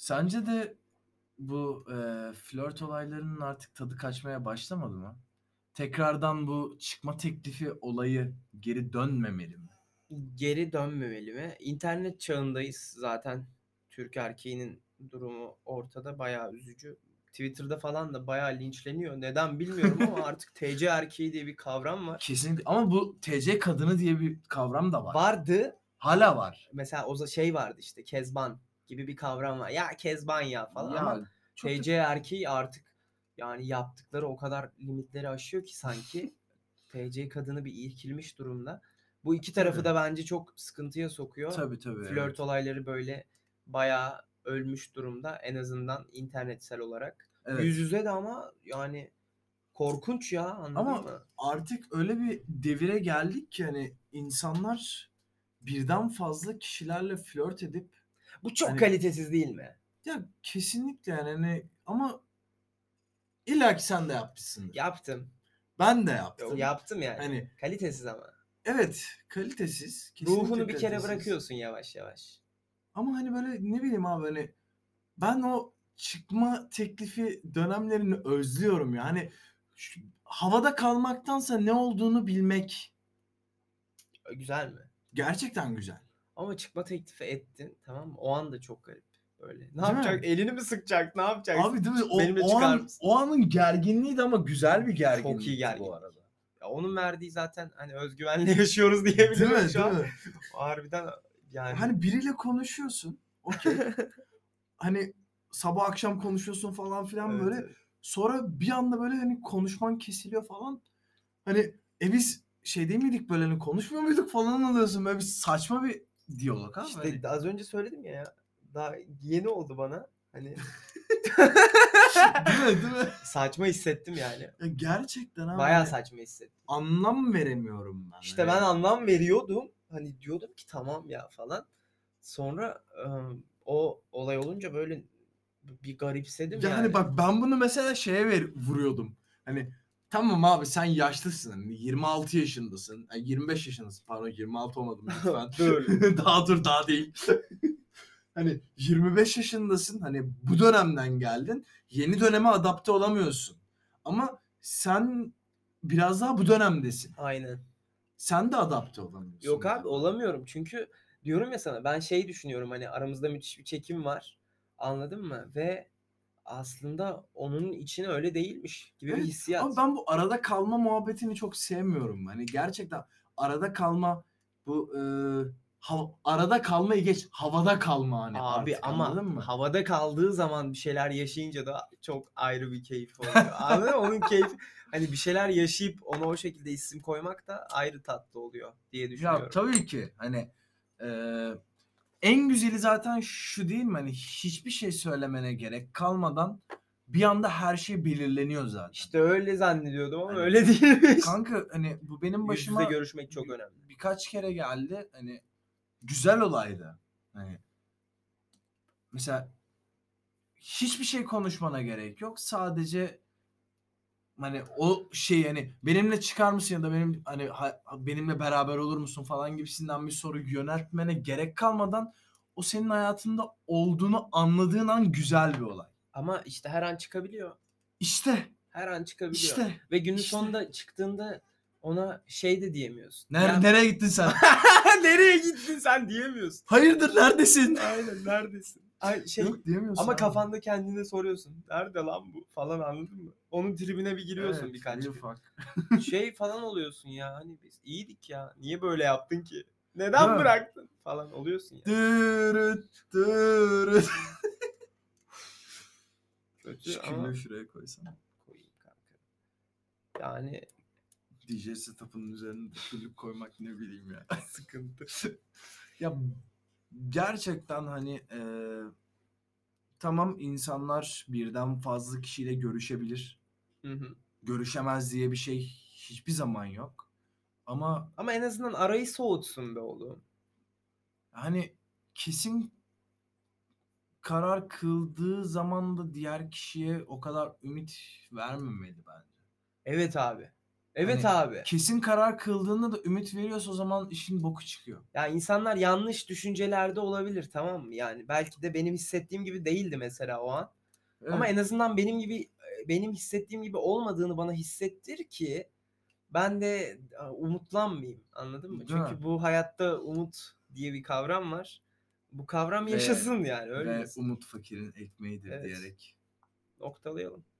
Sence de bu flört olaylarının artık tadı kaçmaya başlamadı mı? Tekrardan bu çıkma teklifi olayı geri dönmemeli mi? Geri dönmemeli mi? İnternet çağındayız zaten. Türk erkeğinin durumu ortada, bayağı üzücü. Twitter'da falan da bayağı linçleniyor. Neden bilmiyorum ama artık TC erkeği diye bir kavram var. Kesinlikle ama bu TC kadını diye bir kavram da var. Vardı. Hala var. Mesela o şey vardı işte, kezban gibi bir kavram var. Ya kezban ya falan Ya ama çok TC erkeği artık yani yaptıkları o kadar limitleri aşıyor ki sanki TC kadını bir irkilmiş durumda. Bu iki tarafı Tabii. da bence çok sıkıntıya sokuyor. Tabii Flört evet. olayları böyle bayağı ölmüş durumda, en azından internetsel olarak. Evet. Yüz yüze de ama yani korkunç ya, anladın Ama mı? artık öyle bir devire geldik ki hani insanlar birden fazla kişilerle flört edip Bu çok hani kalitesiz değil mi? ya kesinlikle yani hani ama illa ki sen de yapmışsındır. Yaptım. Ben de yaptım. Yaptım yani. Hani Kalitesiz ama. evet kalitesiz. Kesinlikle Ruhunu bir kere kalitesiz. bırakıyorsun yavaş yavaş. Ama hani böyle ne bileyim abi hani ben o çıkma teklifi dönemlerini özlüyorum ya. Hani havada kalmaktansa ne olduğunu bilmek Güzel mi? gerçekten güzel. Ama çıkma teklifi ettin, tamam mı? O an da çok garip. Böyle. Ne Değil yapacak? mi? Elini mi sıkacak? Ne yapacaksın? Abi değil mi? Benimle çıkar mısın? O anın gerginliği de ama güzel bir Çok iyi gerginlikti gerginlik. bu arada. Ya onun verdiği zaten hani özgüvenle yaşıyoruz Değil diyebilirim mi? şu Değil an. mi? Harbiden yani. Hani biriyle konuşuyorsun. Okey. Hani sabah akşam konuşuyorsun falan filan Evet, böyle. evet. Sonra bir anda böyle hani konuşman kesiliyor falan. Hani biz şey değil miydik böyle hani konuşmuyor muyduk falan alıyorsun. Böyle bir saçma bir diyalog abi. İşte Hani. az önce söyledim ya. Daha yeni oldu bana. Hani Değil mi? Değil mi? saçma hissettim yani. Ya gerçekten abi. Bayağı Hani saçma hissettim. anlam veremiyorum ben. İşte Hani. ben anlam veriyordum. Hani diyordum ki tamam ya falan. Sonra o olay olunca böyle bir garipsedim Yani yani. bak ben bunu mesela vuruyordum. Hani tamam abi sen yaşlısın. Hani 26 yaşındasın. Yani 25 yaşındasın. Pardon 26 olmadım lütfen. Dur. Daha değil. Hani 25 yaşındasın. Hani bu dönemden geldin. Yeni döneme adapte olamıyorsun. Ama sen biraz daha bu dönemdesin. Aynen. Sen de adapte olamıyorsun. Yok bu abi, duruma. olamıyorum. Çünkü diyorum ya sana, ben şey düşünüyorum, hani aramızda müthiş bir çekim var. Anladın mı? Ve aslında onun içine öyle değilmiş gibi bir Evet ama hissiyat. ben bu arada kalma muhabbetini çok sevmiyorum. Hani gerçekten arada kalma bu arada kalmayı geç havada kalma hani Abi artık ama anladın mı? havada kaldığı zaman bir şeyler yaşayınca da çok ayrı bir keyif oluyor. Anladın mı? Onun keyfi, hani bir şeyler yaşayıp ona o şekilde isim koymak da ayrı tatlı oluyor diye Ya düşünüyorum. tabii ki hani en güzeli zaten şu değil mi? Hani hiçbir şey söylemene gerek kalmadan bir anda her şey belirleniyor zaten. İşte öyle zannediyordum ama Hani, öyle değilmiş. kanka hani bu benim Yüz yüze başıma görüşmek çok önemli. birkaç kere geldi. Hani güzel olaydı. Hani mesela hiçbir şey konuşmana gerek yok. Sadece hani o şey hani benimle çıkar mısın ya da benim hani benimle beraber olur musun falan gibisinden bir soru yöneltmene gerek kalmadan o senin hayatında olduğunu anladığın an güzel bir olay. Ama işte her an çıkabiliyor. İşte Her an çıkabiliyor. işte Ve günün işte. sonunda çıktığında ona şey de diyemiyorsun. Nereye gittin sen? Nereye gittin sen diyemiyorsun. Hayırdır neredesin? Aynen, neredesin? Ay, Yok diyemiyorsun ama abi. kafanda kendine soruyorsun. Nerede lan bu falan, anladın mı? Onun tribine bir giriyorsun Evet, birkaç bir gün. ufak. Şey falan oluyorsun ya, hani biz iyiydik ya. Niye böyle yaptın ki? Değil Neden mi? bıraktın falan oluyorsun ya. Dırıt dırıt. Kötü Şu ama külleri şuraya koysana. koyayım kanka. Yani DJ setup'ının üzerine küllük koymak ne bileyim ya. sıkıntı. Ya gerçekten hani tamam insanlar birden fazla kişiyle görüşebilir. Hı hı. Görüşemez diye bir şey hiçbir zaman yok. Ama Ama en azından arayı soğutsun be oğlum. hani kesin karar kıldığı zaman da diğer kişiye o kadar ümit vermemeli bence. Evet abi. Evet Hani abi. kesin karar kıldığında da ümit veriyorsa o zaman işin boku çıkıyor. Ya insanlar yanlış düşüncelerde olabilir, tamam mı? Yani belki de benim hissettiğim gibi değildi mesela o an. Ama Evet. en azından benim hissettiğim gibi olmadığını bana hissettir ki ben de umutlanmayayım. Anladın mı? Değil mi? Çünkü bu hayatta umut diye bir kavram var. Bu kavram Ve yaşasın yani, ve ölmesin. umut fakirin ekmeğidir Evet. diyerek Noktalayalım.